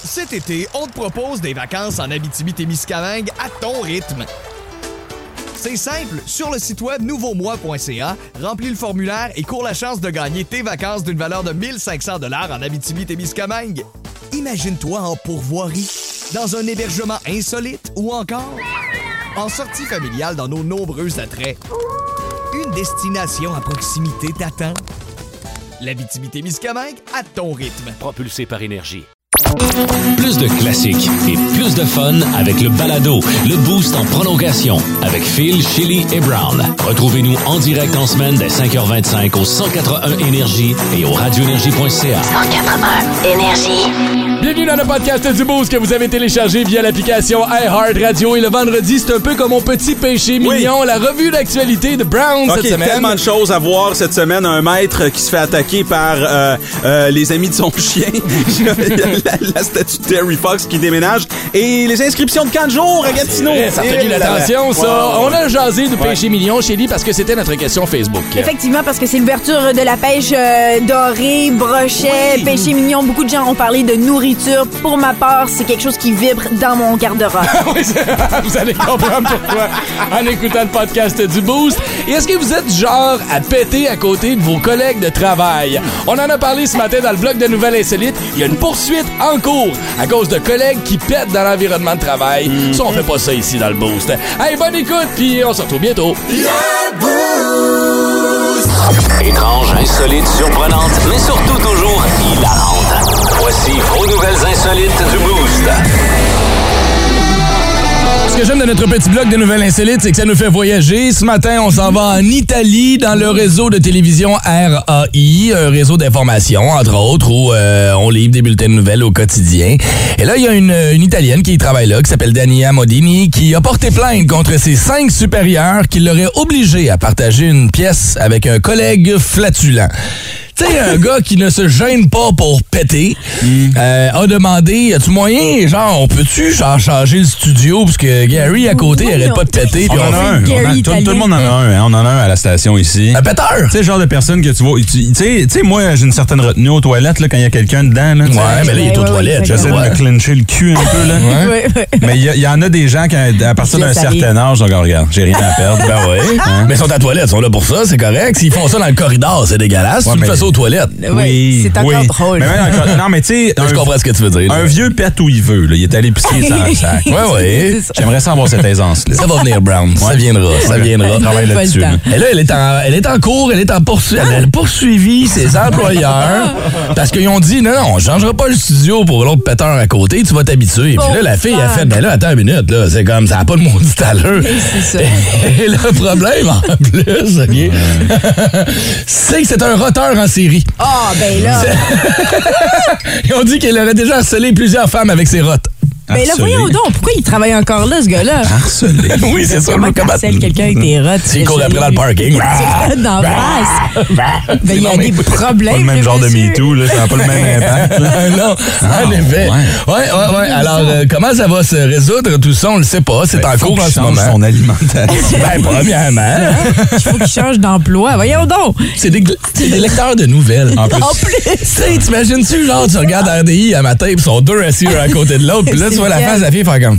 Cet été, on te propose des vacances en Abitibi-Témiscamingue à ton rythme. C'est simple, sur le site web nouveaumois.ca, remplis le formulaire et cours la chance de gagner tes vacances d'une valeur de 1 500 $ en Abitibi-Témiscamingue. Imagine-toi en pourvoirie, dans un hébergement insolite ou encore en sortie familiale dans nos nombreux attraits. Une destination à proximité t'attend. L'Abitibi-Témiscamingue à ton rythme. Propulsé par Énergie. Plus de classiques et plus de fun avec le balado, le Boost en prolongation avec Phil, Chili et Brown. Retrouvez-nous en direct en semaine dès 5h25 au 181 Énergie et au radioénergie.ca. 181 Énergie. Bienvenue dans le podcast du Boost que vous avez téléchargé via l'application iHeartRadio. Et le vendredi, c'est un peu comme mon petit péché mignon, la revue d'actualité de Brown cette semaine. Tellement de choses à voir cette semaine. Un maître qui se fait attaquer par les amis de son chien. la statue de Terry Fox qui déménage. Et les inscriptions de 4 jours à Gatineau. Ça a tenu l'attention, ça. Wow. On a jasé du péché mignon, Chélie, parce que c'était notre question Facebook. Effectivement, parce que c'est l'ouverture de la pêche dorée, brochet, péché mignon. Beaucoup de gens ont parlé de nourriture. Pour ma part, c'est quelque chose qui vibre dans mon garde-robe. Oui, vous allez comprendre pourquoi en écoutant le podcast du Boost. Et est-ce que vous êtes du genre à péter à côté de vos collègues de travail? On en a parlé ce matin dans le bloc de Nouvelles Insolites. Il y a une poursuite en cours à cause de collègues qui pètent dans l'environnement de travail. Ça, on fait pas ça ici dans le Boost. Hey, bonne écoute, puis on se retrouve bientôt. Étrange, insolite, surprenante, mais surtout toujours hilarante. Voici vos nouvelles insolites du Boost. Ce que j'aime de notre petit bloc de nouvelles insolites, c'est que ça nous fait voyager. Ce matin, on s'en va en Italie, dans le réseau de télévision RAI, un réseau d'information, entre autres, où on livre des bulletins de nouvelles au quotidien. Et là, il y a une Italienne qui travaille là, qui s'appelle Dania Modini, qui a porté plainte contre ses 5 supérieurs qui l'auraient obligé à partager une pièce avec un collègue flatulent. Tu sais, un gars qui ne se gêne pas pour péter a demandé, as-tu moyen, genre, on peut-tu changer le studio parce que Gary à côté il arrête pas de péter. On en a un. Tout le monde en a un. Hein? On en a un à la station ici. Un péteur! Tu sais, le genre de personne que tu vois. Tu sais, moi, j'ai une certaine retenue aux toilettes là, quand il y a quelqu'un dedans. Là, ouais, mais là, il est aux toilettes. J'essaie de me clencher le cul un peu. Là. Ouais. Mais il y en a des gens qui, à partir d'un certain âge, donc regarde, j'ai rien à perdre. Ben oui. Hein? Mais ils sont à la toilette, ils sont là pour ça, c'est correct. S'ils font ça dans le corridor, c'est dégueulasse. Tu le fais ça aux toilettes. Oui, c'est encore drôle. Mais non, mais tu sais... Je comprends ce que tu veux dire. Un vieux pète où il veut. Là. Il est allé pisser sans le sac. Oui. J'aimerais ça avoir cette aisance-là. Ça va venir, Brown. Ça viendra. On travaille là-dessus. Là. Et là, elle est en cours, elle a poursuivi ses employeurs parce qu'ils ont dit, non, on changera pas le studio pour l'autre péteur à côté, tu vas t'habituer. Puis là, la fille a fait, mais là, attends une minute, là, c'est comme, ça n'a pas de maudit allure. C'est ça. Et le problème, en plus, okay, c'est que c'est un roteur en série. Ah, ben là. Ils ont dit qu'il aurait déjà harcelé plusieurs femmes avec ses rottes. Mais là, voyons donc, pourquoi il travaille encore là, ce gars-là? Harcelé. Oui, c'est ça. Comment harcèle quelqu'un avec des rottes? Il court après dans le parking. C'est dans la face. Ben, il y a des problèmes. Pas le même genre de MeToo, là. Ça n'a pas le même impact. Non, en effet. Ouais. Alors, comment ça va se résoudre, tout ça? On le sait pas. C'est en cours en ce moment. Son alimentation. Ben, premièrement. Il faut qu'il change d'emploi. Voyons donc. C'est des lecteurs de nouvelles. En plus. Tu sais, t'imagines-tu, genre, tu regardes RDI à matin, puis ils sont deux assis à côté de l'autre, puis là, tu vois la face de la fille faire comme...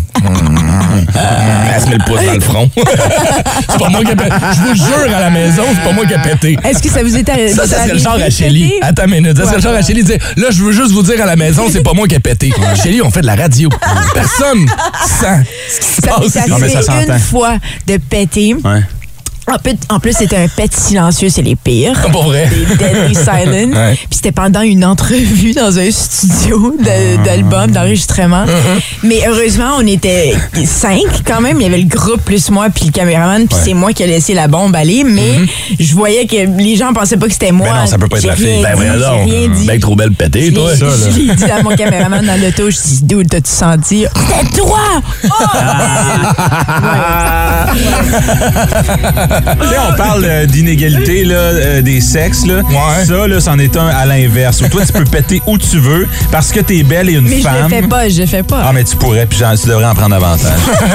Elle se met le pouce dans le front. C'est pas moi qui ai pété. Je vous jure, à la maison, c'est pas moi qui ai pété. Est-ce que ça vous est arrivé? Ça serait le genre à Shelly. Attends une minute. Ça serait le genre à Shelly de dire, là, je veux juste vous dire à la maison, c'est pas moi qui ai pété. Shelly, on fait de la radio. Personne sent ce qui se passe. Ça s'est une fois de péter. Ouais. En plus, c'était un pet silencieux, c'est les pires. Pour vrai. Des Deadly Silent. Ouais. Puis c'était pendant une entrevue dans un studio d'album, d'enregistrement. Mais heureusement, on était 5 quand même. Il y avait le groupe plus moi puis le caméraman. Puis c'est moi qui ai laissé la bombe aller. Mais je voyais que les gens pensaient pas que c'était moi. Ben non, ça peut pas être la fille. Ben voyons donc. Mec trop belle pété, toi. Je l'ai dit à mon caméraman dans l'auto. Je dis, d'où t'as-tu senti? C'était toi! Tu sais, on parle d'inégalité là, des sexes. Là. Ouais. Ça, là, c'en est un à l'inverse. Où toi, tu peux péter où tu veux parce que t'es belle et une mais femme. Mais je le fais pas. Ah, mais tu pourrais, puis tu devrais en prendre avantage.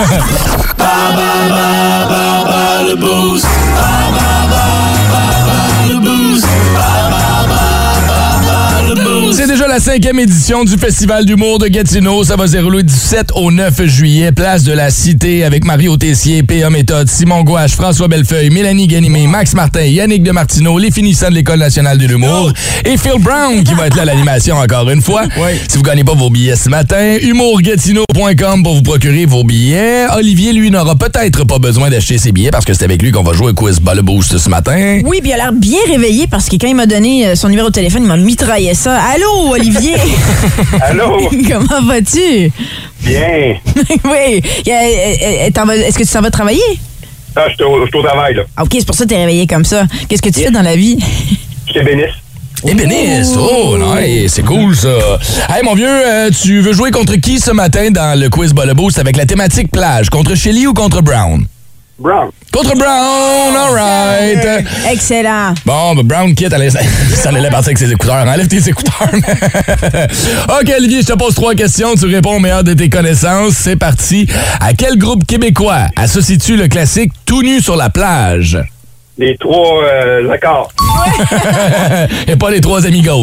Le boost. Le boost. Le boost. C'est déjà la 5e édition du Festival d'humour de Gatineau. Ça va se dérouler du 7 au 9 juillet. Place de la Cité avec Mario Tessier, P.A. Méthode, Simon Gouache, François Bellefeuille, Mélanie Ganimé, Max Martin, Yannick Demartino, les finissants de l'École nationale de l'humour et Phil Brown qui va être là à l'animation encore une fois. Oui. Si vous ne gagnez pas vos billets ce matin, humourgatineau.com pour vous procurer vos billets. Olivier, lui, n'aura peut-être pas besoin d'acheter ses billets parce que c'est avec lui qu'on va jouer au quiz Bas le Boost ce matin. Oui, puis il a l'air bien réveillé parce que quand il m'a donné son numéro de téléphone, il m'a mitraillé ça. Allô, Olivier? Allô? Comment vas-tu? Bien. Oui. Est-ce que tu s'en vas travailler? Ah, je suis au travail, là. OK, c'est pour ça que tu es réveillé comme ça. Qu'est-ce que tu fais dans la vie? Je suis ébéniste. Ébéniste! Oh, nice, c'est cool ça. Hey, mon vieux, tu veux jouer contre qui ce matin dans le quiz Bas le Boost avec la thématique plage? Contre Shelly ou contre Brown? Brown. Contre Brown, all right. Excellent. Bon, ben Brown quitte, il s'en allait partir avec ses écouteurs. Enlève tes écouteurs. OK, Olivier, je te pose 3 questions. Tu réponds au meilleur de tes connaissances. C'est parti. À quel groupe québécois associe-tu le classique Tout nu sur la plage? Les 3 accords. Et pas les 3 amigos.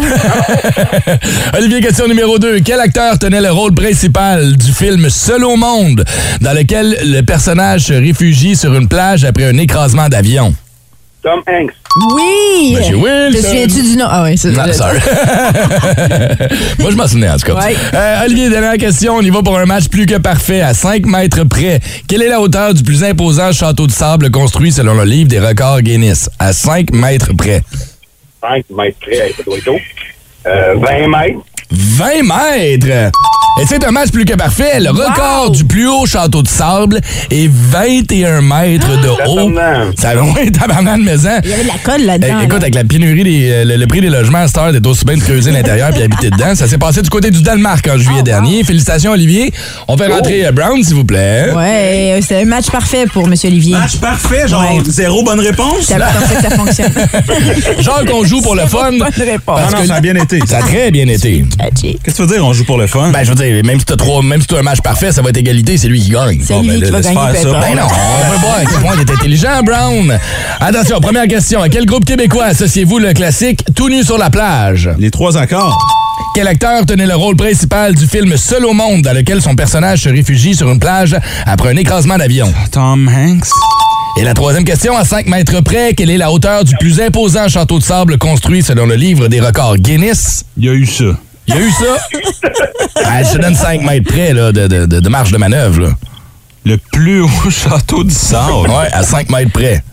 Olivier, question numéro 2. Quel acteur tenait le rôle principal du film Seul au monde, dans lequel le personnage se réfugie sur une plage après un écrasement d'avion? Tom Hanks. Oui! Monsieur Wilson. Te souviens-tu du nom? Ah oui, c'est ça. Non, sorry. Moi, je m'en souvenais, en tout cas. Ouais. Olivier, dernière question. On y va pour un match plus que parfait, à 5 mètres près. Quelle est la hauteur du plus imposant château de sable construit selon le livre des records Guinness? À 5 mètres près. 5 mètres près, ça doit être haut. 20 mètres. 20 mètres! Et c'est un match plus que parfait. Le record du plus haut château de sable est 21 mètres de haut. Ça va loin, tabarnak de maison. Il y avait de la colle là-dedans. Écoute, avec la pénurie, le prix des logements à cette heure, t'es aussi bien de creuser l'intérieur puis habiter dedans. Ça s'est passé du côté du Danemark en juillet dernier. Félicitations, Olivier. On fait rentrer Brown, s'il vous plaît. Ouais, c'est un match parfait pour M. Olivier. Match parfait, genre 0 bonne réponse? C'est comme ça que ça fonctionne. Genre qu'on joue pour le fun. Bonne réponse. Non, ça a bien été. Ça a très bien été. Catchy. Qu'est-ce que tu veux dire, on joue pour le fun? Ben, je veux dire, même si t'as un match parfait, ça va être égalité, c'est lui qui gagne. C'est lui qui va laisse gagner faire peut-être ça. pas. Ben non, on veut voir à quel point il est intelligent, Brown. Attention, première question. À quel groupe québécois associez-vous le classique Tout nu sur la plage? Les 3 accords. Quel acteur tenait le rôle principal du film Seul au monde, dans lequel son personnage se réfugie sur une plage après un écrasement d'avion? Tom Hanks. Et la troisième question, à 5 mètres près, quelle est la hauteur du plus imposant château de sable construit selon le livre des records Guinness? Il y a eu ça. Il y a eu ça? Ah, je te donne 5 mètres près là, de marge de manœuvre. Là. Le plus haut château du sable. Ouais, à 5 mètres près.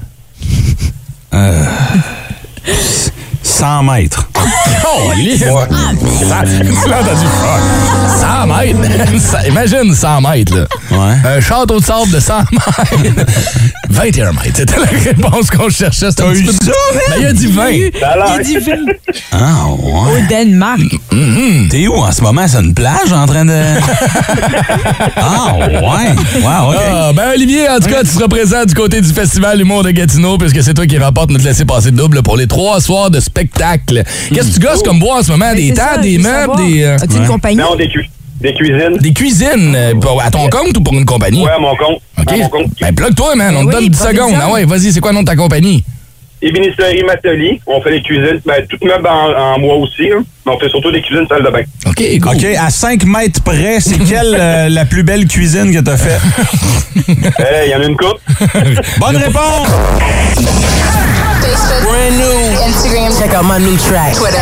100 mètres. Oh, tu l'as entendu? 100 mètres. Imagine 100 mètres. Là. Ouais. Un château de sable de 100 mètres. 21 mètres. C'était la réponse qu'on cherchait. T'as eu ça? Ben, il a dit 20. Il dit 20. Ah, ouais. Au Danemark. T'es où en ce moment? C'est une plage en train de... Ah, ouais. Wow, OK. Ah, ben Olivier, en tout cas, tu seras présent du côté du Festival Humour de Gatineau puisque c'est toi qui remporte notre laissez-passer double pour les 3 soirs de spectacle. Qu'est-ce que tu gosses comme bois en ce moment? Des tables, des meubles, des... As-tu une compagnie? Non, des cuisines. Des cuisines à ton compte ou pour une compagnie? Ouais, à mon compte. OK. À mon compte. Ben, plug-toi, man. On te donne 10 secondes. Ah ouais, vas-y, c'est quoi le nom de ta compagnie? Ébénisterie Matelier. On fait des cuisines. Ben, tout meuble en bois aussi. Hein. Mais on fait surtout des cuisines salle de bain. OK, cool. OK, à 5 mètres près, c'est quelle la plus belle cuisine que t'as faite? Il y en a une coupe. Bonne réponse! Facebook, brand new. Instagram, check out my new track. Twitter.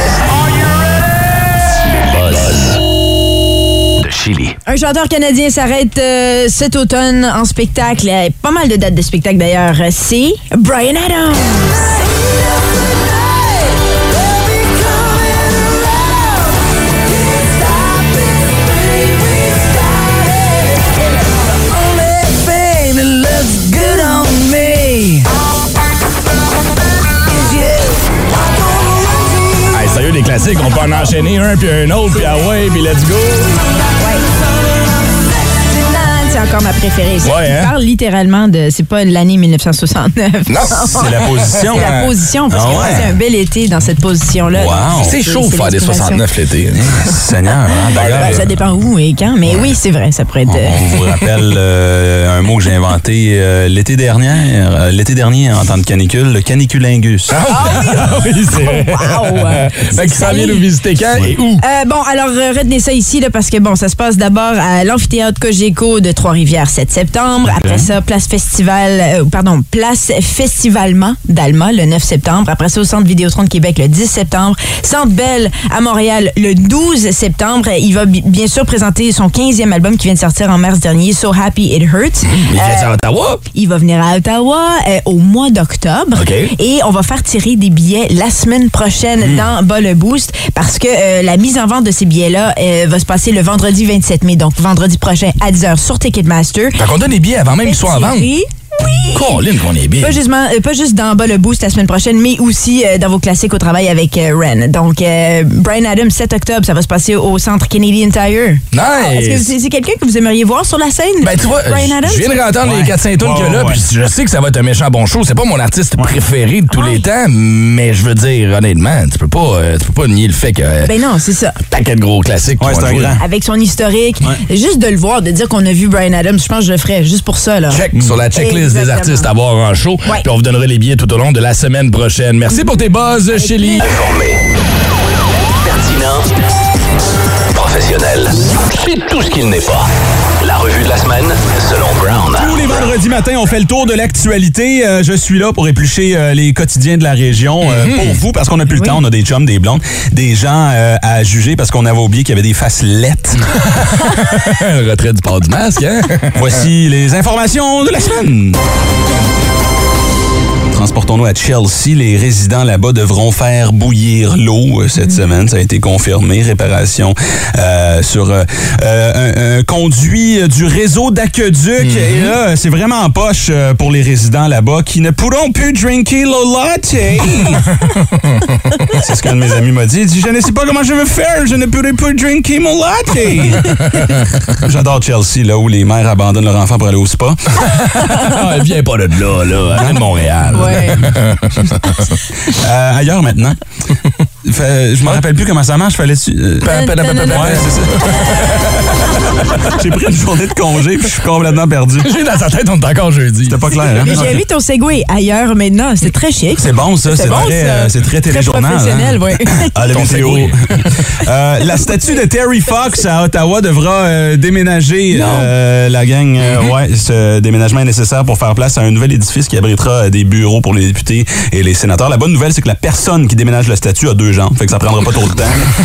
Buzz de Chili. Un chanteur canadien s'arrête cet automne en spectacle. Il y a pas mal de dates de spectacle d'ailleurs. C'est Bryan Adams. Sérieux, des classiques, on peut en enchaîner un, puis un autre, puis ah ouais, puis let's go. c'est encore ma préférée. Ça Ouais, hein? parle littéralement de... C'est pas l'année 1969. Non, C'est la position. C'est la position, parce que c'est un bel été dans cette position-là. Wow. là. c'est chaud faire des l'inspiration. 69 l'été. Seigneur, hein? D'ailleurs, Ça dépend où et quand, mais oui, c'est vrai, ça pourrait être... on vous rappelle un mot que j'ai inventé l'été dernier en temps de canicule, le caniculingus. Oui, c'est vrai. Wow! Fait qu'il s'en vient nous visiter quand et où? Bon, alors retenez ça ici là, parce que bon, ça se passe d'abord à l'amphithéâtre Cogeco de Trois-Rivières 7 septembre. Après ça, place Festivalement d'Alma le 9 septembre. Après ça, au Centre Vidéotron de Québec le 10 septembre. Centre Bell à Montréal le 12 septembre. Il va bien sûr présenter son 15e album qui vient de sortir en mars dernier, So Happy It Hurts. Il vient à Ottawa. Il va venir à Ottawa au mois d'octobre. OK. Et on va faire tirer des billets la semaine prochaine dans Bas le Boost parce que la mise en vente de ces billets-là va se passer le vendredi 27 mai, donc vendredi prochain à 10h sur Ticketmaster. Fait qu'on donne des billets avant même qu'ils soient en vente. Oui. Colin, qu'on est bien. Pas juste dans Bas le Boost la semaine prochaine, mais aussi dans vos classiques au travail avec Ren. Donc, Bryan Adams, 7 octobre, ça va se passer au Centre Canadian Tire. Nice! Est-ce que c'est quelqu'un que vous aimeriez voir sur la scène? Ben, tu vois, Bryan Adams? je viens de entendre les 4-5 tunes qu'il y a là, puis je sais que ça va être un méchant bon show. C'est pas mon artiste préféré de tous les temps, mais je veux dire, honnêtement, tu peux pas nier le fait que... Ben non, c'est ça. paquet de gros classiques. Ouais, qui c'est vont un jouer. grand. Avec son historique, juste de le voir, de dire qu'on a vu Bryan Adams, je pense que je le ferais juste pour ça. Là. Check sur la checklist des Exactement. artistes à voir en show. Ouais. Puis on vous donnera les billets tout au long de la semaine prochaine. Merci pour tes buzz, Shelly. Informé, pertinent, professionnel. C'est tout ce qu'il n'est pas. La revue de la semaine, selon Brown. Tous les vendredis matins, on fait le tour de l'actualité. Je suis là pour éplucher les quotidiens de la région pour vous, parce qu'on n'a plus le temps. On a des chums, des blondes, des gens à juger parce qu'on avait oublié qu'il y avait des faces lettres. Le retrait du port du masque, hein? Voici les informations de la semaine. Transportons-nous à Chelsea. Les résidents là-bas devront faire bouillir l'eau cette semaine. Ça a été confirmé. Réparation sur un conduit du réseau d'aqueduc. Et là, c'est vraiment en poche pour les résidents là-bas qui ne pourront plus drinker le latte. C'est ce qu'un de mes amis m'a dit. Il dit, je ne sais pas comment je vais faire. Je ne pourrai plus drinker mon latte. J'adore Chelsea, là où les mères abandonnent leur enfant pour aller au spa. Ah, viens pas de là, là. Viens de Montréal. Ouais. Ailleurs maintenant. Je me rappelle plus comment ça marche. Fallait ouais, c'est ça. J'ai pris une journée de congé puis je suis complètement perdu. J'ai dans sa tête, on est encore jeudi. C'était pas clair, hein? Mais j'ai vu ton segway ailleurs maintenant. C'est très chic. C'est bon, ça. C'est bon, très, ça. c'est très téléjournal. professionnel, oui. Ah, le Ton météo. segway. La statue de Terry Fox à Ottawa devra déménager. La gang, ouais, ce déménagement est nécessaire pour faire place à un nouvel édifice qui abritera des bureaux pour les députés et les sénateurs. La bonne nouvelle, c'est que la personne qui déménage la statue a 2 jambes. Fait que ça prendra pas trop de temps.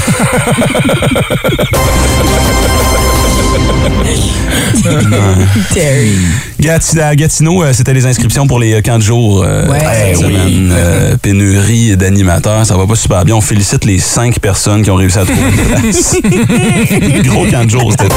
Terry. À Gatineau, c'était les inscriptions pour les camps de jour cette semaine. Pénurie d'animateurs, ça va pas super bien. On félicite les 5 personnes qui ont réussi à trouver une place. Gros camp de jour, c'était...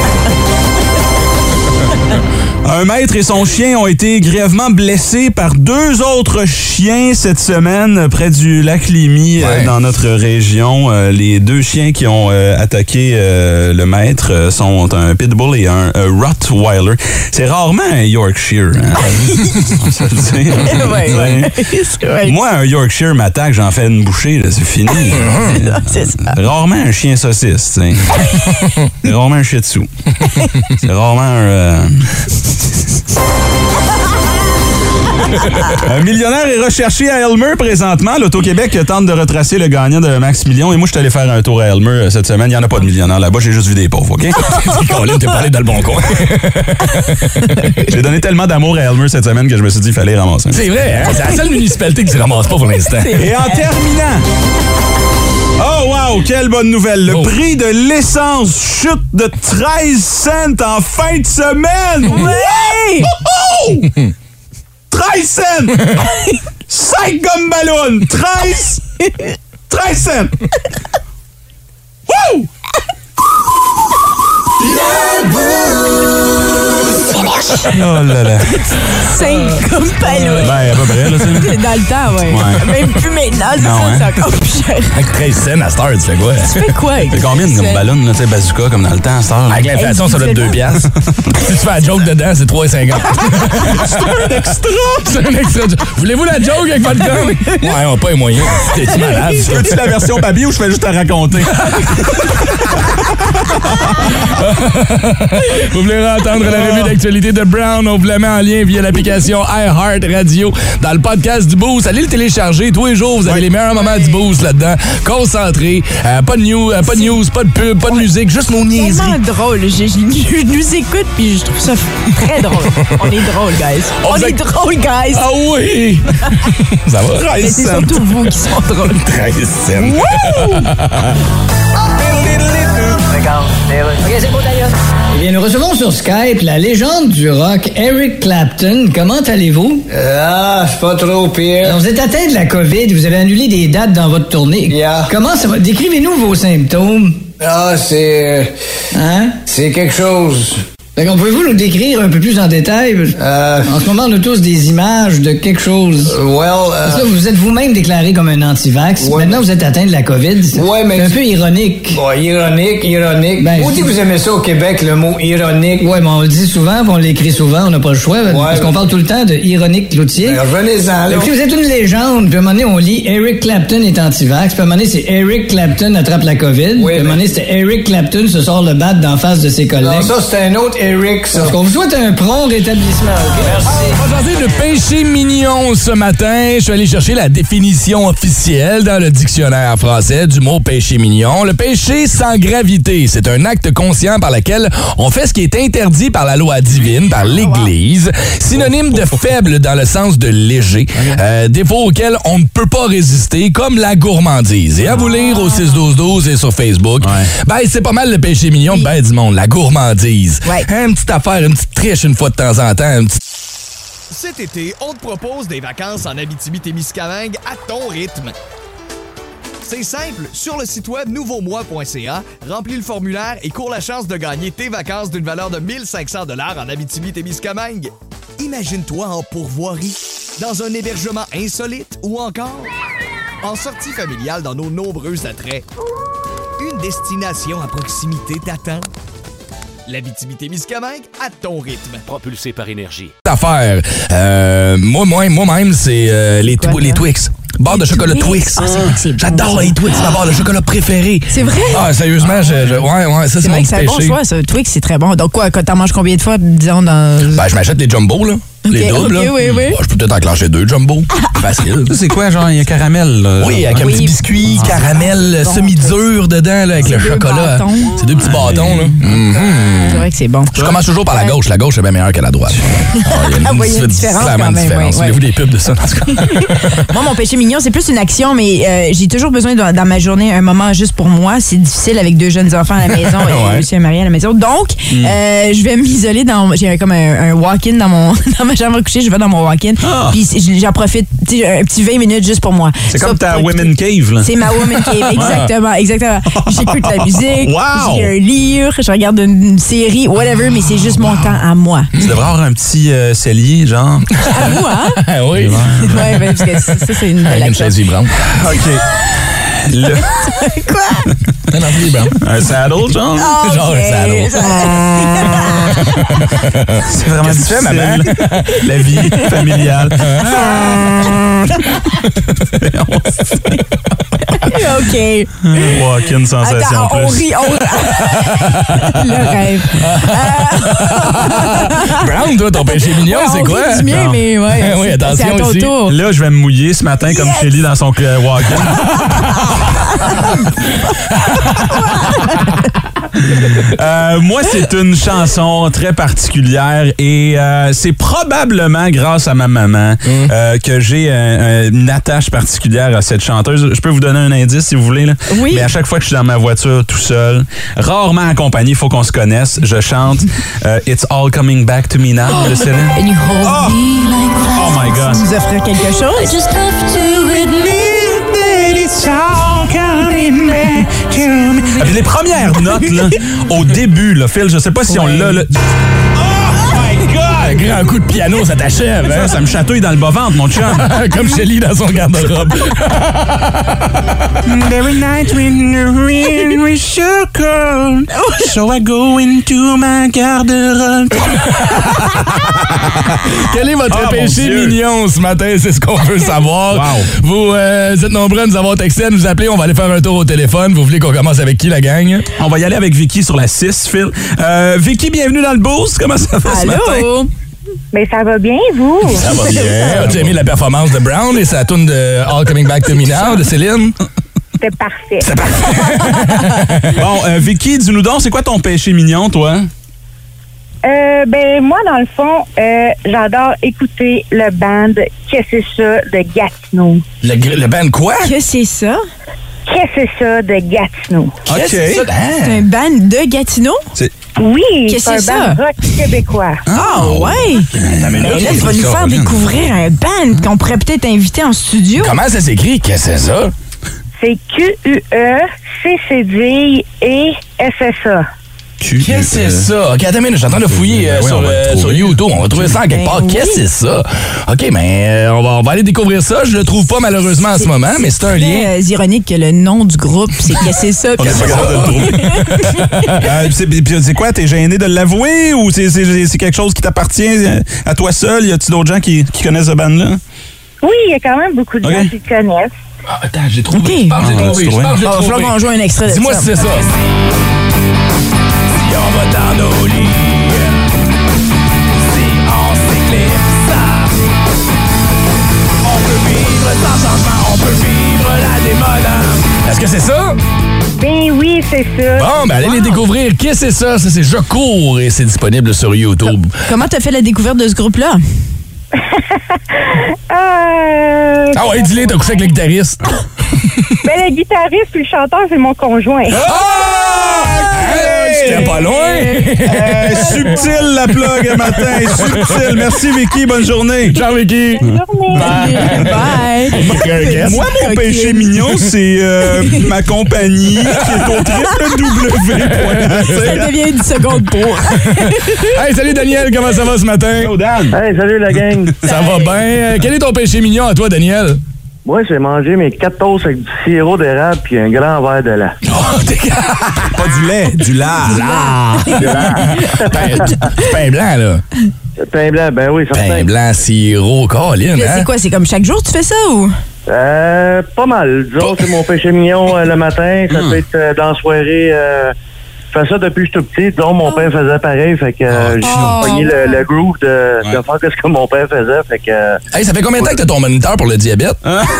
Un maître et son chien ont été grièvement blessés par 2 autres chiens cette semaine près du lac Limy dans notre région. Les 2 chiens qui ont attaqué le maître sont un pitbull et un Rottweiler. C'est rarement un Yorkshire. Hein? On se le dit. Ouais. Moi, un Yorkshire m'attaque, j'en fais une bouchée, là, c'est fini. C'est ça. Rarement un chien saucisse. T'sais. C'est rarement un shih tzu. C'est rarement un... Un millionnaire est recherché à Elmer présentement. L'Auto-Québec tente de retracer le gagnant de Max Million. Et moi, je suis allé faire un tour à Elmer cette semaine. Il n'y en a pas de millionnaire là-bas. J'ai juste vu des pauvres, OK? Colin, t'es parlé dans le bon coin. J'ai donné tellement d'amour à Elmer cette semaine que je me suis dit qu'il fallait ramasser. C'est vrai, hein? C'est la seule municipalité qui se ramasse pas pour l'instant. Et en terminant... Oh wow, quelle bonne nouvelle. Le prix de l'essence chute de 13 cents en fin de semaine. Ouais! Oh! 13 cents! 5 gommes ballons! 13 cents! Wouh! Oh là là. C'est comme pas là. Ben, à peu près, là, c'est. Dans le temps, ouais. Même plus maintenant, c'est Non, ça, hein? c'est encore plus cher. Avec 13 cents à Star, tu fais quoi? Tu fais quoi avec C'est combien comme ballon, là, tu sais, bazooka, comme dans le temps, Star? Avec l'inflation, ça doit être 2 piastres. Si tu fais la joke dedans, c'est 3,50. C'est un extra! C'est un extra. Voulez-vous la joke avec votre com? Ouais, on n'a pas les moyens. T'es-tu malade? Veux-tu la version papier ou je fais juste à raconter? Vous voulez entendre la revue d'actualité de Brown? On vous la met en lien via l'application iHeartRadio dans le podcast du Boost. Allez le télécharger. Tous les jours, vous avez les meilleurs moments du Boost là-dedans. Concentré. Pas de news, pas de pub, pas de musique, juste nos C'est niaiseries. tellement drôle. Je nous écoute puis je trouve ça très drôle. On est drôle, guys. On est drôle, guys. Ah oui! Ça va? Mais c'est surtout vous qui sont drôles. 13 cents. Eh bien, nous recevons sur Skype la légende du rock, Eric Clapton. Comment allez-vous? C'est pas trop pire. Alors, vous êtes atteint de la COVID, vous avez annulé des dates dans votre tournée. Yeah. Comment ça va? Décrivez-nous vos symptômes. C'est... Hein? C'est quelque chose. D'accord, pouvez-vous nous décrire un peu plus en détail? En ce moment, on a tous des images de quelque chose. Parce que là, vous êtes vous-même déclaré comme un anti-vax. Ouais, Maintenant, vous êtes atteint de la COVID. Ouais, mais... C'est un peu ironique. Bon, ironique. Ben, Vous dites que vous aimez ça au Québec, le mot ironique. Ouais, mais on le dit souvent, puis on l'écrit souvent, on n'a pas le choix. Parce qu'on parle tout le temps de ironique Cloutier. Ben, revenez-en, là. Écoutez, vous êtes une légende. Puis à un moment donné, on lit Eric Clapton est anti-vax. Puis à un moment donné, c'est Eric Clapton attrape la COVID. Oui, puis à un moment donné, c'était Eric Clapton se sort le bat d'en face de ses collègues. Non, ça, c'est un autre Eric, ça. Parce qu'on vous souhaite un prompt rétablissement. OK? Merci. On va jaser de péché mignon ce matin. Je suis allé chercher la définition officielle dans le dictionnaire français du mot péché mignon. Le péché sans gravité, c'est un acte conscient par lequel on fait ce qui est interdit par la loi divine, par l'Église. Synonyme de faible dans le sens de léger. Défaut auquel on ne peut pas résister, comme la gourmandise. Et à vous lire au 6-12-12 et sur Facebook, ben c'est pas mal le péché mignon de ben du monde, la gourmandise. Ouais. Une petite affaire, une petite triche une fois de temps en temps, une petite... Cet été, on te propose des vacances en Abitibi-Témiscamingue à ton rythme. C'est simple, sur le site web nouveaumois.ca, remplis le formulaire et cours la chance de gagner tes vacances d'une valeur de 1 500 $ en Abitibi-Témiscamingue. Imagine-toi en pourvoirie, dans un hébergement insolite ou encore en sortie familiale dans nos nombreux attraits. Une destination à proximité t'attend. L'Abitibi-Témiscamingue à ton rythme. Propulsé par énergie. Affaire. Moi-même, c'est les Twix. Barre de chocolat Twix. Ah, c'est vrai que c'est bon, J'adore ça. les Twix, ma barre de chocolat préférée. C'est vrai? Ah, sérieusement, ouais, ça, c'est vrai mon que c'est un bon péché. choix, ça. Twix, c'est très bon. Donc, quoi, quand t'en manges combien de fois, disons, dans. Ben, je m'achète les jumbo, là. Les doubles, ok, là. oui. Bon, je peux peut-être enclencher 2 jumbo. Facile. Ça, c'est quoi, genre, il y a caramel, là? Oui, avec un petit biscuit, caramel, bon, semi-dur dedans, là, avec le 2 chocolat. bâtons. C'est 2 petits bâtons, là. C'est vrai que c'est bon. Je commence toujours par la gauche. La gauche est bien meilleure que la droite. Il y a Ah, ouais, il y a une différence clairement quand même, différence. ouais. Voulez-vous des pubs de ça, en tout cas? Moi, mon péché mignon, c'est plus une action, mais j'ai toujours besoin dans ma journée un moment juste pour moi. C'est difficile avec 2 jeunes enfants à la maison et monsieur et Marie à la maison. Donc, je vais m'isoler dans. J'ai comme un walk-in dans ma chambre à coucher. Je vais dans mon walk-in. Puis j'en profite, tu sais, un petit 20 minutes juste pour moi. C'est Ça, comme ta pour women cave, là. C'est ma woman cave, exactement. J'écoute la musique, Wow! j'ai un livre, je regarde une série, whatever, mais c'est juste mon temps à moi. Tu devrais avoir un petit cellier, genre. À vous, hein? Oui. Ouais, ben, parce que ça, c'est une belle Avec une action. chaise vibrante. OK. Quoi? Non, c'est vibrant. Un saddle, genre? Genre un saddle. C'est vraiment Qu'est-ce que tu fais, maman? La vie familiale. OK. Walk-in sensation Attends, on plus. rit, Le rêve. Brown, toi, ton péché mignon, Ouais, c'est on quoi? rit du mien, Non. mais ouais. Oui, c'est attention à ton aussi. tour. Là, je vais me mouiller ce matin comme Shelly dans son walk-in. Moi, c'est une chanson très particulière et c'est probablement grâce à ma maman que j'ai une attache particulière à cette chanteuse. Je peux vous donner un indice si vous voulez. Là. Oui. Mais à chaque fois que je suis dans ma voiture tout seul, rarement accompagné, il faut qu'on se connaisse, je chante It's All Coming Back to Me Now de Céline. And you hold me like that. Oh my God. Vous offrir quelque chose? Just have to admit that it's all coming back to me. Et puis les premières notes, là, au début, là, Phil, je sais pas si on l'a. Là. Oh my God! Un grand coup de piano, ça t'achève, hein? Ça me chatouille dans le bas-ventre, mon chum. Comme Shelly dans son garde-robe. Every night when the rain was so cold, so I go into my garde-robe. Quel est votre péché mignon ce matin? C'est ce qu'on veut savoir. Wow. Vous êtes nombreux à nous avoir texté, à nous appeler. On va aller faire un tour au téléphone. Vous voulez qu'on commence avec qui, la gang? On va y aller avec Vicky sur la 6, Phil. Vicky, bienvenue dans le boost. Comment ça va ce matin? Allô? Mais ça va bien, vous? Ça va bien. As-tu aimé la performance de Brown et sa toune de All Coming Back to Me Now de Céline? C'était parfait. C'est parfait. Bon, Vicky, dis-nous donc, c'est quoi ton péché mignon, toi? Ben, moi, dans le fond, j'adore écouter le band Qu'est-ce que c'est ça de Gatineau. Le band quoi? Que c'est ça? Qu'est-ce que c'est ça de Gatineau? OK. C'est un band de Gatineau? Oui, Qu'est-ce que c'est c'est un ça? band rock québécois. Ah, ouais! Mais là, tu vas nous faire découvrir un band qu'on pourrait peut-être inviter en studio. Comment ça s'écrit? Qu'est-ce que c'est ça? C'est Q-U-E-C-C-D-I-E-S-S-A. Qu'est-ce que c'est ça? OK, attends une minute, je suis en train de fouiller sur YouTube. On va trouver ça en quelque part. Qu'est-ce que c'est ça? OK, mais on va aller découvrir ça. Je le trouve pas malheureusement en ce moment, mais c'est un lien. C'est ironique que le nom du groupe, c'est Qu'est-ce que c'est ça? On est pas capable de le trouver. C'est quoi? T'es gêné de l'avouer ou c'est quelque chose qui t'appartient à toi seul? Y a-tu d'autres gens qui connaissent ce band-là? Oui, il y a quand même beaucoup de gens qui le connaissent. Ah, attends, j'ai trouvé. OK. Je pense que j'ai trouvé. Il va falloir qu'on joue un extrait de ça. Dis-moi si c'est ça. Si on va dans nos lits, si on s'éclipse, on peut vivre sans changement, on peut vivre la démodance. Est-ce que c'est ça? Ben oui, c'est ça. Bon, ben allez les découvrir. Qu'est-ce que c'est ça? Ça, c'est Je cours et c'est disponible sur YouTube. Comment t'as fait la découverte de ce groupe-là? Ah ouais, dis-le, t'as couché avec le guitariste. Ben, le guitariste puis le chanteur, c'est mon conjoint. C'était pas loin! Subtil la plug un matin, subtil. Merci Vicky, bonne journée. Ciao Vicky. Bonne journée. Bye! Moi, mon péché mignon, c'est ma compagnie qui est au www. Ça devient une seconde pour. Hey, salut Daniel, comment ça va ce matin? Hello Dan. Hey, salut la gang. Ça va bien. Quel est ton péché mignon à toi, Daniel? Moi, j'ai mangé mes 4 toasts avec du sirop d'érable puis un grand verre de lait. Pas du lait, du lard. Pain blanc, là. Pain blanc, ben oui, certain. Pain blanc, sirop, Colin, C'est hein? quoi? C'est comme chaque jour tu fais ça ou? Pas mal. Disons, c'est mon péché mignon le matin. Ça peut être dans la soirée. Je fais ça depuis que je suis tout petit. Disons, mon père faisait pareil. Fait que j'ai pogné le groove de faire ce que mon père faisait. Fait que... Hey, ça fait combien de temps que t'as ton moniteur pour le diabète?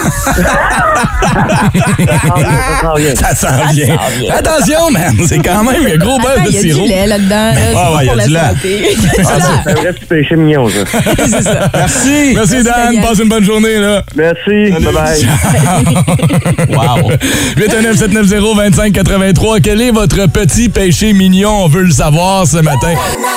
Ça s'en vient. Attention, man! C'est quand même un gros bol de Il y a sirop. du lait là-dedans. il y a du lait. C'est un vrai petit péché mignon, ça. C'est ça. Merci. Merci, Dan. Daniel. Passe une bonne journée, là. Merci. Bye-bye. Wow. 819-790-2583. Quel est votre petit péché mignon? On veut le savoir ce matin.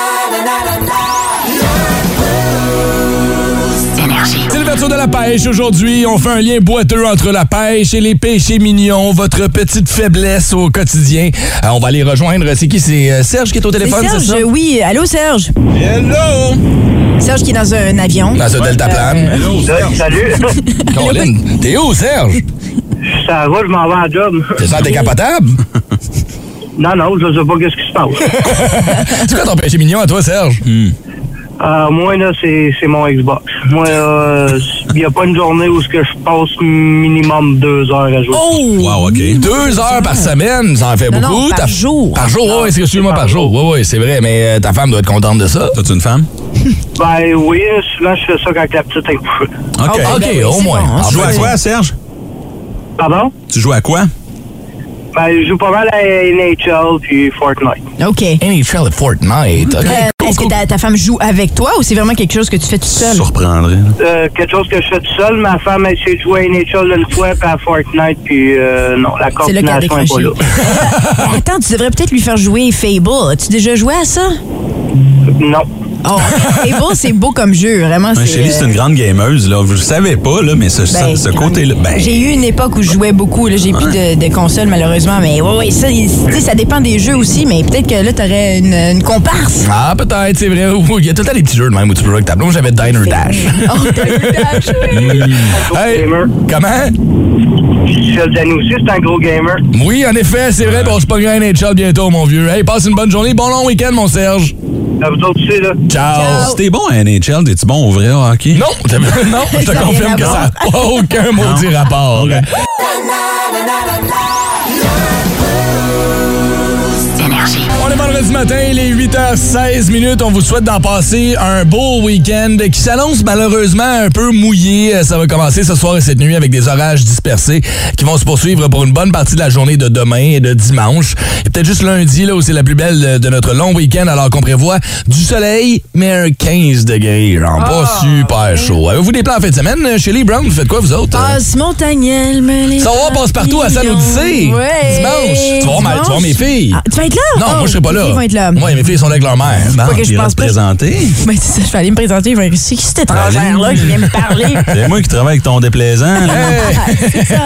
C'est l'ouverture de la pêche aujourd'hui. On fait un lien boiteux entre la pêche et les péchés mignons, votre petite faiblesse au quotidien. On va aller rejoindre. C'est qui? C'est Serge qui est au téléphone, c'est ça? Serge, oui. Allô, Serge? Hello. Serge qui est dans un avion. Dans un deltaplane. Hello, Salut. Colin, t'es où, Serge? Ça va, je m'en vais à job. T'es ça décapotable? Non, je sais pas qu'est-ce qui se passe. C'est quoi ton péché mignon à toi, Serge? Moi, là, c'est mon Xbox. Moi, il n'y a pas une journée où je passe minimum 2 heures à jouer. Oh! Wow, OK. 2 heures par semaine, ça en fait Non, beaucoup. non, par jour. Par jour, oui, excuse-moi, par jour. Oui, c'est vrai, mais ta femme doit être contente de ça. T'as-tu une femme? Ben oui, souvent, je fais ça quand la petite est couchée. OK. OK, ben oui, au c'est moins. bon, hein. Tu joues à quoi, Serge? Pardon? Tu joues à quoi? Ben, je joue pas mal à NHL puis Fortnite. OK. NHL et Fortnite. OK. Est-ce que ta femme joue avec toi ou c'est vraiment quelque chose que tu fais tout seul? Surprendrait. Quelque chose que je fais tout seul. Ma femme a essayé de jouer à NHL une fois puis à Fortnite puis non, la C'est là qu'elle a coordination n'est pas décroché. là. Attends, tu devrais peut-être lui faire jouer Fable. As-tu déjà joué à ça? Non. Oh, Fable, c'est beau comme jeu, vraiment. Shelly, c'est une grande gameuse, là. Vous le savez pas, là, mais ce côté-là. J'ai eu une époque où je jouais beaucoup. Là. J'ai plus de console, malheureusement. Mais ouais, ça dépend des jeux aussi. Mais peut-être que là, t'aurais une comparse. Ah, peut-être, c'est vrai. Il y a tout le temps des petits jeux de même où tu peux jouer avec ta blonde. J'avais Diner Dash. Oh, Diner Dash, oui. Hey, comment? Michel Janussi, c'est un gros gamer. Oui, en effet, c'est vrai. On se pogne un NHL bientôt, mon vieux. Hey, passe une bonne journée. Bon long week-end, mon Serge. À vous autres aussi, là. Ciao. Si t'es bon à NHL, t'es-tu bon au vrai hockey? Non, non, je te confirme que ça n'a aucun maudit rapport. Okay. On est vendredi matin, il est 8h16. On vous souhaite d'en passer un beau week-end qui s'annonce malheureusement un peu mouillé. Ça va commencer ce soir et cette nuit avec des orages dispersés qui vont se poursuivre pour une bonne partie de la journée de demain et de dimanche. Et peut-être juste lundi, là, où c'est la plus belle de notre long week-end, alors qu'on prévoit du soleil, mais un 15 degrés. Genre pas super chaud. Avez-vous des plans en fin de semaine? Shelley, Brown, vous faites quoi, vous autres? Passe Montagnel, mais les ça va, passe partout à Salle Odyssée. Ouais. Dimanche. Tu vas voir mes filles. Ah, tu vas être là? Non, moi, je serai pas là. Ils vont être là. Oui, mes filles sont là avec leur mère. Pas que je pense pas. Présenter. Ben, c'est ça, je vais aller me présenter. Je vais dire, c'est qui cette étrangère-là qui vient me parler? C'est moi qui travaille avec ton déplaisant. C'est ça.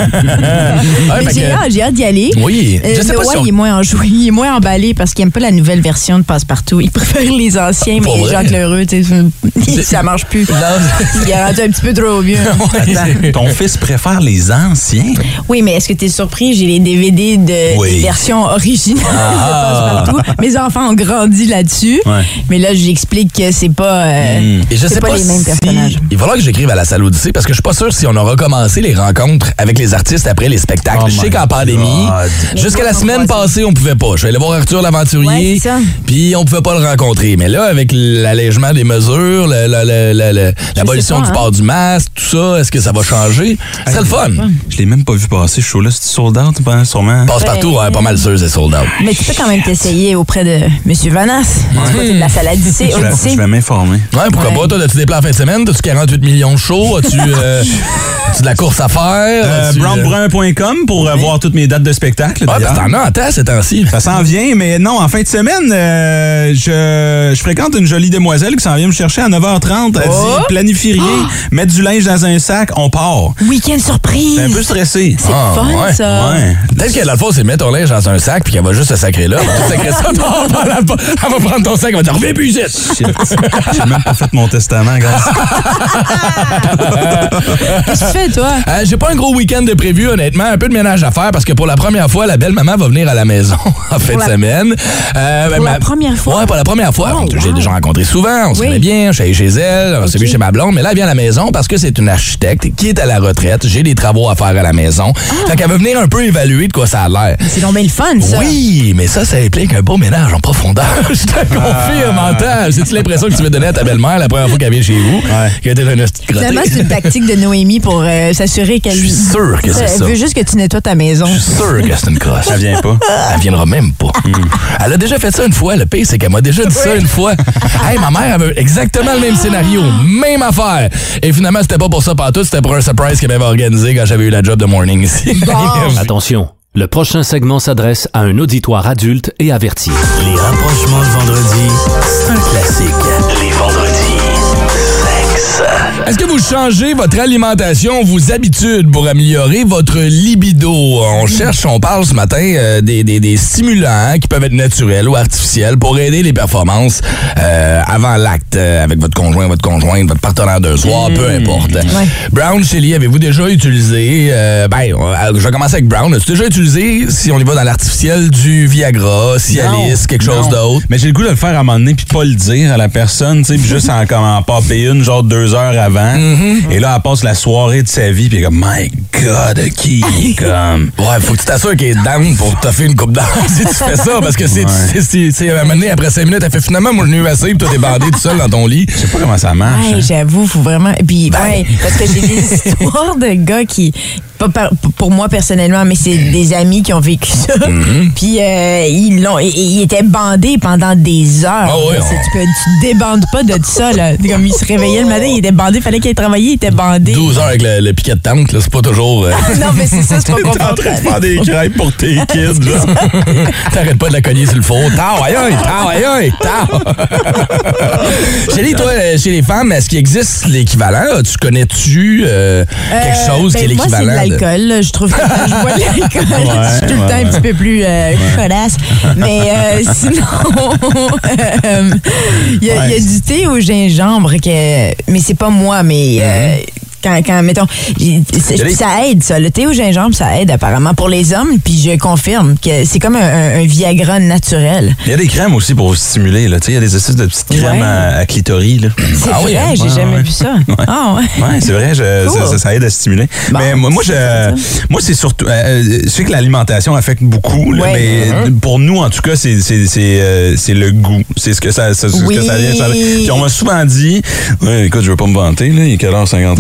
J'ai hâte d'y aller. Oui. Je sais pas si il est moins enjoué, il est moins emballé parce qu'il aime pas la nouvelle version de Passe-Partout. Il préfère les anciens, mais les Jacques Lheureux, tu sais, ça marche plus. Il est rendu un petit peu trop vieux. Ton fils préfère les anciens? Oui, mais est-ce que tu es surpris? J'ai les DVD des versions originales de Passe-Partout. Mes enfants ont grandi là-dessus, mais là, j'explique que c'est pas, et je sais pas les mêmes personnages. Il va falloir que j'écrive à la Salle Odyssée parce que je suis pas sûr si on a recommencé les rencontres avec les artistes après les spectacles. Je sais qu'en pandémie, jusqu'à la semaine passée, on pouvait pas. Je suis allé voir Arthur l'Aventurier, puis on pouvait pas le rencontrer. Mais là, avec l'allègement des mesures, l'abolition du port du masque, tout ça, est-ce que ça va changer? C'est le fun. Je l'ai même pas vu passer. Ce show-là, c'est sold out, sûrement. Passe-Partout, pas mal sûr, c'est sold out. Mais tu peux quand même t'essayer auprès de M. Vanas, du côté de la Salle Odyssée. Je vais m'informer. Ouais, pourquoi pas? Toi, as-tu des plans en fin de semaine? As-tu 48 millions de shows? As-tu de la course à faire? Brownbrun.com pour voir toutes mes dates de spectacle. Ah, ben t'en as en temps ces temps-ci. Ça s'en vient, mais non, en fin de semaine, je fréquente une jolie demoiselle qui s'en vient me chercher à 9h30. Elle dit, planifie rien, mettre du linge dans un sac, on part. Week-end surprise! C'est un peu stressé. C'est fun, ça. Ouais. Peut-être qu'elle, dans le fond, c'est mettre ton linge dans un sac puis qu'elle va juste se sacrer là. Elle va prendre ton sac, elle va dire, reviens plus ici. J'ai même pas fait mon testament, gars. Qu'est-ce que tu fais, toi? J'ai pas un gros week-end de prévu, honnêtement. Un peu de ménage à faire parce que pour la première fois, la belle-maman va venir à la maison en fin de semaine. Pour la première fois? Ouais, pour la première fois. Oh, j'ai déjà rencontré souvent, on se connaît bien, je suis chez elle, on s'est vu chez ma blonde, mais là, elle vient à la maison parce que c'est une architecte qui est à la retraite. J'ai des travaux à faire à la maison. Fait qu'elle veut venir un peu évaluer de quoi ça a l'air. C'est donc bien le fun, ça. Oui, mais ça implique un beau ménage en profondeur. Je te confirme, mental. C'est-tu l'impression que tu veux donner à ta belle-mère la première fois qu'elle vient chez vous? Qu'elle était une petite grotte. Finalement, c'est une tactique de Noémie pour s'assurer qu'elle... Je suis sûr que c'est ça. Elle veut juste que tu nettoies ta maison. Je suis sûr que c'est une crosse. Elle vient pas. Elle viendra même pas. Elle a déjà fait ça une fois. Le pire, c'est qu'elle m'a déjà dit ça une fois. Hey, ma mère avait exactement le même scénario. Même affaire. Et finalement, c'était pas pour ça partout. C'était pour un surprise qu'elle m'avait organisé quand j'avais eu la job de morning ici. Attention, le prochain segment s'adresse à un auditoire adulte et averti. Les rapprochements le vendredi, c'est un classique. Les vendredis, sexe. Est-ce que vous changez votre alimentation, vos habitudes pour améliorer votre libido? On parle ce matin des stimulants qui peuvent être naturels ou artificiels pour aider les performances avant l'acte avec votre conjoint, votre conjointe, votre partenaire d'un soir, peu importe. Ouais. Brown, Shelley, avez-vous déjà utilisé... je vais commencer avec Brown. As-tu déjà utilisé, si on y va dans l'artificiel, du Viagra, Cialis, quelque chose d'autre? Mais j'ai le goût de le faire à un moment donné puis pas le dire à la personne, tu sais, puis juste en popper une, genre 2 heures avant. Et là, elle passe la soirée de sa vie, puis comme, my God, qui comme. Ouais, faut que tu t'assures qu'elle est down pour te faire une coupe d'heure si tu fais ça, parce que c'est à un moment donné, après 5 minutes, elle fait finalement, moi, je n'ai eu assez, puis toi, t'es bandé tout seul dans ton lit. Je sais pas comment ça marche. Ouais, j'avoue, faut vraiment. Puis, parce que j'ai des histoires de gars qui. Pas pour moi personnellement, mais c'est des amis qui ont vécu ça. Puis ils étaient bandés pendant des heures. Ah ouais, tu te débandes pas de ça, là. Comme il se réveillait le matin, il était bandé, fallait qu'il aille travailler, il était bandé. 12 heures avec le piquet de tente, là, c'est pas toujours... non, mais c'est ça, c'est pas confortable. T'es en train de faire des crêpes pour tes kids, là. T'arrêtes pas de la cogner sur le four. Chélie, toi, chez les femmes, est-ce qu'il existe l'équivalent? Tu connais-tu quelque chose qui est l'équivalent? Moi, c'est de l'alcool. Là. Je trouve que quand je bois de l'alcool, je suis tout le temps un petit peu plus chaudasse. Mais sinon, il y a du thé au gingembre, mais c'est pas moi, mais... Quand mettons, ça aide, ça. Le thé au gingembre, ça aide apparemment pour les hommes, puis je confirme que c'est comme un Viagra naturel. Il y a des crèmes aussi pour vous stimuler, là. Tu sais, il y a des espèces de petites crèmes à clitoris, là. C'est vrai, j'ai jamais vu ça. Ouais. Ah ouais. Ouais, c'est vrai, cool. ça aide à stimuler. Bon, mais moi c'est surtout, je sais que l'alimentation affecte beaucoup, là, mais pour nous, en tout cas, c'est le goût. C'est ce que ça vient changer. Puis on m'a souvent dit, écoute, je veux pas me vanter, là, il est quelle heure, 50-30?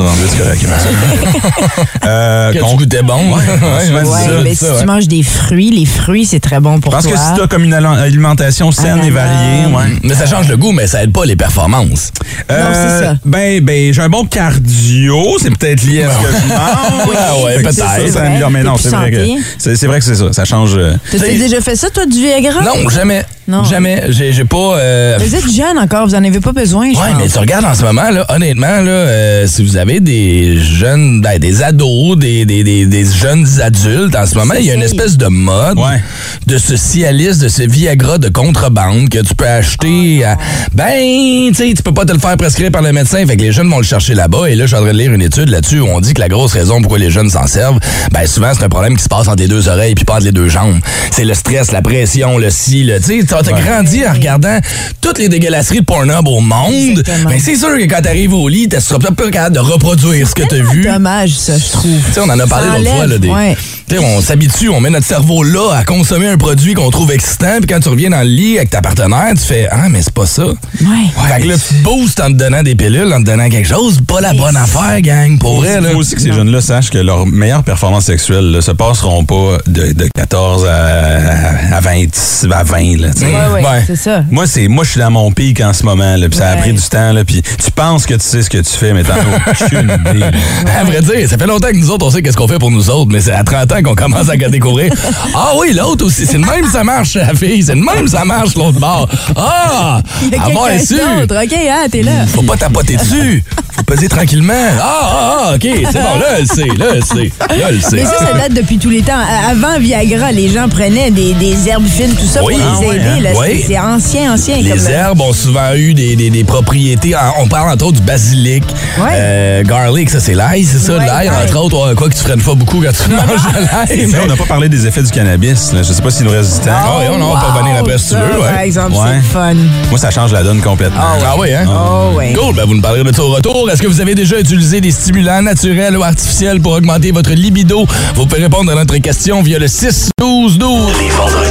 Que tu goûtais bon. Mais si tu manges des fruits, les fruits, c'est très bon pour toi. Parce que si tu as comme une alimentation saine et variée. Mais ça change le goût, mais ça aide pas les performances. Non, c'est ça. Ben, j'ai un bon cardio, c'est peut-être lié à ce que je mange. Ouais, peut-être. Ça améliore, mais non, c'est vrai que c'est ça. Ça change. T'as déjà fait ça, toi, du Viagra? Non, jamais. Non. Jamais. J'ai pas. Vous êtes jeune encore, vous en avez pas besoin. Oui, mais tu regardes en ce moment, là, honnêtement, là, si vous avez des jeunes, des ados, des jeunes adultes, en ce moment, il y a une espèce de mode de ce Cialis, de ce Viagra de contrebande que tu peux acheter. Tu sais, tu peux pas te le faire prescrire par le médecin, fait que les jeunes vont le chercher là-bas. Et là, je suis en train de lire une étude là-dessus où on dit que la grosse raison pourquoi les jeunes s'en servent, souvent, c'est un problème qui se passe entre les deux oreilles puis pas entre les deux jambes. C'est le stress, la pression, le ci, le tu sais. T'as grandi en regardant toutes les dégueulasseries de Pornhub au monde. Mais c'est sûr que quand t'arrives au lit, tu seras peut-être pas capable de reproduire ce que t'as vu. C'est dommage, ça, je trouve. T'sais, on en a parlé l'autre fois. Là, on s'habitue, on met notre cerveau là à consommer un produit qu'on trouve excitant, puis quand tu reviens dans le lit avec ta partenaire, tu fais « Ah, mais c'est pas ça. » Fait que là, tu boostes en te donnant des pilules, en te donnant quelque chose. Pas la bonne affaire, gang, pour vrai. Il faut aussi que ces jeunes-là sachent que leurs meilleures performances sexuelles ne se passeront pas de 14 à 20, là, c'est ça. Moi, je suis dans mon pic en ce moment, là, puis ça a pris du temps, là, puis tu penses que tu sais ce que tu fais, mais t'en as aucune idée. À vrai dire, ça fait longtemps que nous autres, on sait qu'est-ce qu'on fait pour nous autres, mais c'est à 30 ans qu'on commence à découvrir. Ah oui, l'autre aussi, c'est de même ça marche, la fille, c'est de même ça marche, l'autre bord. Ah! Il y a quelqu'un d'autre, OK, t'es là. Faut pas tapoter dessus. Faut peser tranquillement. OK, c'est bon, là, elle sait. Mais ça date depuis tous les temps. Avant Viagra, les gens prenaient des herbes fines, tout ça, pour les aider. Là. C'est ancien. Les herbes ont souvent eu des propriétés. On parle entre autres du basilic, garlic, ça c'est l'ail, c'est ça, l'ail, entre autres. Quoi que tu freines pas beaucoup quand tu manges de l'ail. Mais on n'a pas parlé des effets du cannabis. Là. Je sais pas s'il nous reste du temps. On va pas revenir après si tu veux. Par exemple, c'est fun. Moi, ça change la donne complètement. Ah oui, hein? Cool, vous nous parlerez de ça au retour. Est-ce que vous avez déjà utilisé des stimulants naturels ou artificiels pour augmenter votre libido? Vous pouvez répondre à notre question via le 6-12-12. Les vendredis.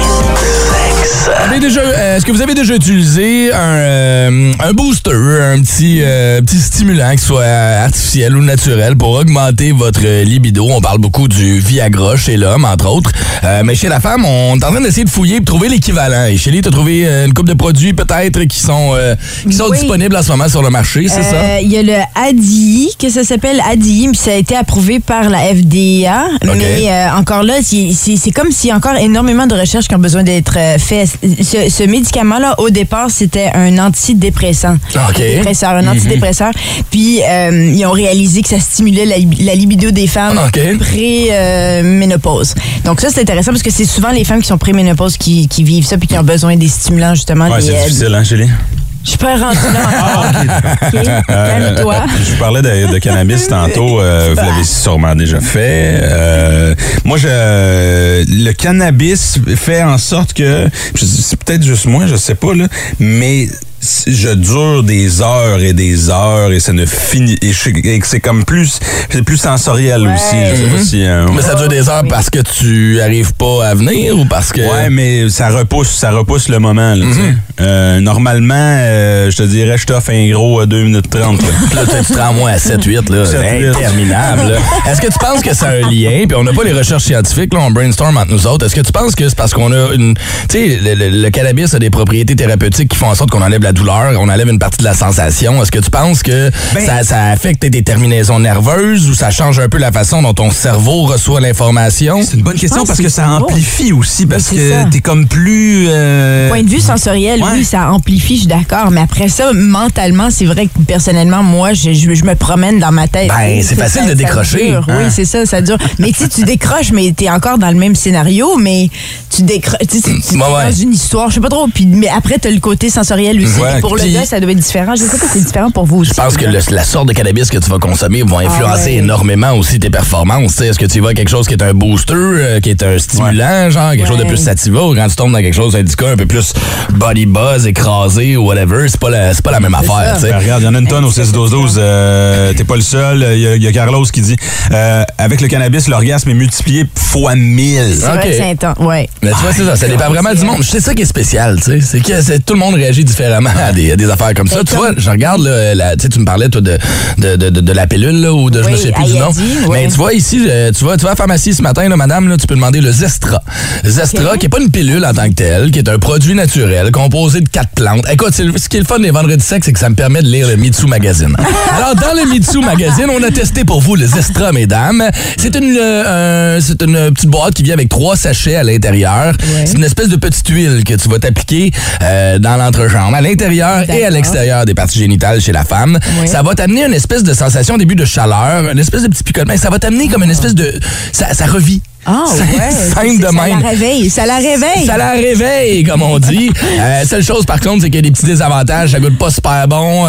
Est-ce que vous avez déjà utilisé un booster, un petit stimulant, qui soit artificiel ou naturel, pour augmenter votre libido? On parle beaucoup du Viagra chez l'homme, entre autres. Mais chez la femme, on est en train d'essayer de fouiller pour trouver l'équivalent. Et Chélie, tu as trouvé une couple de produits peut-être qui sont disponibles en ce moment sur le marché, c'est ça? Il y a le ADI, que ça s'appelle ADI, puis ça a été approuvé par la FDA. Okay. Mais encore là, c'est comme s'il y a encore énormément de recherches qui ont besoin d'être faites. Ce médicament-là, au départ, c'était un antidépresseur. Un antidépresseur. Puis, ils ont réalisé que ça stimulait la libido des femmes pré-ménopause. Donc ça, c'est intéressant parce que c'est souvent les femmes qui sont pré-ménopause qui vivent ça puis qui ont besoin des stimulants, justement. Ouais, c'est difficile, hein, Chélie? Je suis pas rentrée là. OK. Calme-toi. Je vous parlais de cannabis tantôt. Vous l'avez sûrement déjà fait. Moi, le cannabis fait en sorte que, c'est peut-être juste moi, je sais pas, là, mais je dure des heures et des heures et ça ne finit. Et c'est comme c'est plus sensoriel aussi. Je sais pas si. Mais ça dure des heures parce que tu arrives pas à venir ou parce que. Ouais, mais ça repousse le moment. Là, normalement, je te dirais, je t'offre un gros 2 minutes 30. Là, tu te rends moins à 7-8, là. Interminable. Est-ce que tu penses que c'est un lien? Puis on n'a pas les recherches scientifiques, là, on brainstorm entre nous autres. Est-ce que tu penses que c'est parce qu'on a une. Tu sais, le cannabis a des propriétés thérapeutiques qui font en sorte qu'on enlève la la douleur, on enlève une partie de la sensation. Est-ce que tu penses que ça affecte tes terminaisons nerveuses ou ça change un peu la façon dont ton cerveau reçoit l'information? C'est une bonne question parce que ça amplifie aussi, parce que t'es comme plus... Point de vue sensoriel, oui, ça amplifie, je suis d'accord. Mais après ça, mentalement, c'est vrai que personnellement, moi, je me promène dans ma tête. C'est facile de décrocher. Oui, c'est ça, ça dure. Mais tu décroches, mais t'es encore dans le même scénario, mais tu décroches. Tu es dans une histoire, je sais pas trop. Puis, mais après, t'as le côté sensoriel aussi. Pour le gars, ça doit être différent. Je sais pas si c'est différent pour vous aussi. Je pense que la sorte de cannabis que tu vas consommer va influencer énormément aussi tes performances. Est-ce que tu vas quelque chose qui est un booster, qui est un stimulant, genre quelque chose de plus sativa, ou quand tu tombes dans quelque chose d'indica un peu plus body buzz, écrasé ou whatever, c'est pas la même affaire. Regarde, il y en a une tonne au 6-12-12. T'es pas le seul. Il y a Carlos qui dit avec le cannabis, l'orgasme est multiplié fois 1000. C'est vrai que c'est intense, ouais. Mais tu vois, c'est ça. Ça dépend vraiment du monde. C'est ça qui est spécial, tu sais. C'est que tout le monde réagit différemment à des affaires comme ça. Tu vois, je regarde, tu me parlais, toi, de la pilule, là, ou de je me sais plus du nom. Mais tu vois, ici, tu vas à la pharmacie ce matin, là, madame, là, tu peux demander le Zestra. Zestra, qui est pas une pilule en tant que telle, qui est un produit naturel composé de 4 plantes. Écoute, ce qui est le fun des vendredis secs, c'est que ça me permet de lire le Mitsu Magazine. Alors, dans le Mitsu Magazine, on a testé pour vous le Zestra, mesdames. C'est une petite boîte qui vient avec 3 sachets à l'intérieur. Ouais. C'est une espèce de petite huile que tu vas t'appliquer dans l'entrejambe, à l'intérieur et à l'extérieur des parties génitales chez la femme. Ouais. Ça va t'amener une espèce de sensation au début de chaleur, une espèce de petit picotement. Ça va t'amener comme une espèce de... Ça revit. Ah, simple de même. Ça la réveille. Ça la réveille, comme on dit. Seule chose, par contre, c'est qu'il y a des petits désavantages. Ça goûte pas super bon.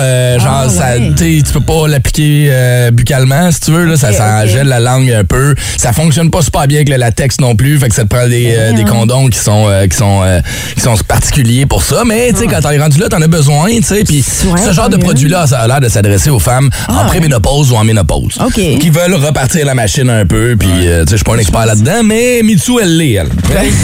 Tu peux pas l'appliquer buccalement, si tu veux. Là, ça gèle la langue un peu. Ça fonctionne pas super bien avec le latex non plus. Fait que ça te prend des condoms qui sont particuliers pour ça. Mais tu sais, quand t'es rendu là, t'en as besoin. Puis ce genre de produit-là, ça a l'air de s'adresser aux femmes en préménopause ou en ménopause. Qui veulent repartir la machine un peu. Puis, tu sais, je suis pas un expert là-dedans. Mais Mitsu, elle l'est, elle.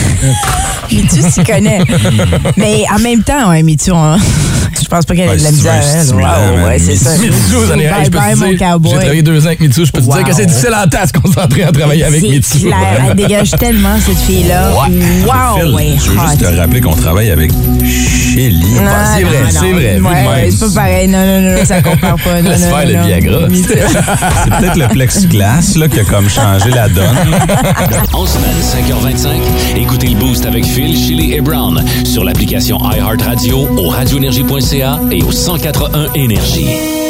Mitsu s'y connaît. Mais en même temps, Mitsu, je pense pas qu'elle ait de la misère. C'est ça. Mitsu, j'en ai rien. J'ai travaillé 2 ans avec Mitsu. Je peux te dire que c'est difficile en temps de se concentrer à travailler avec Mitsu. C'est clair. Elle dégage tellement, cette fille-là. Wow! Je veux juste te rappeler qu'on travaille avec Shelly. C'est vrai. C'est pas pareil. Non, ça compare pas. Laisse faire le Viagra. C'est peut-être le plexiglas là, qui a comme changé la donne. En semaine, 5h25, écoutez le Boost avec Phil, Chili et Brown sur l'application iHeartRadio, au radioénergie.ca et au 104.1 Énergie.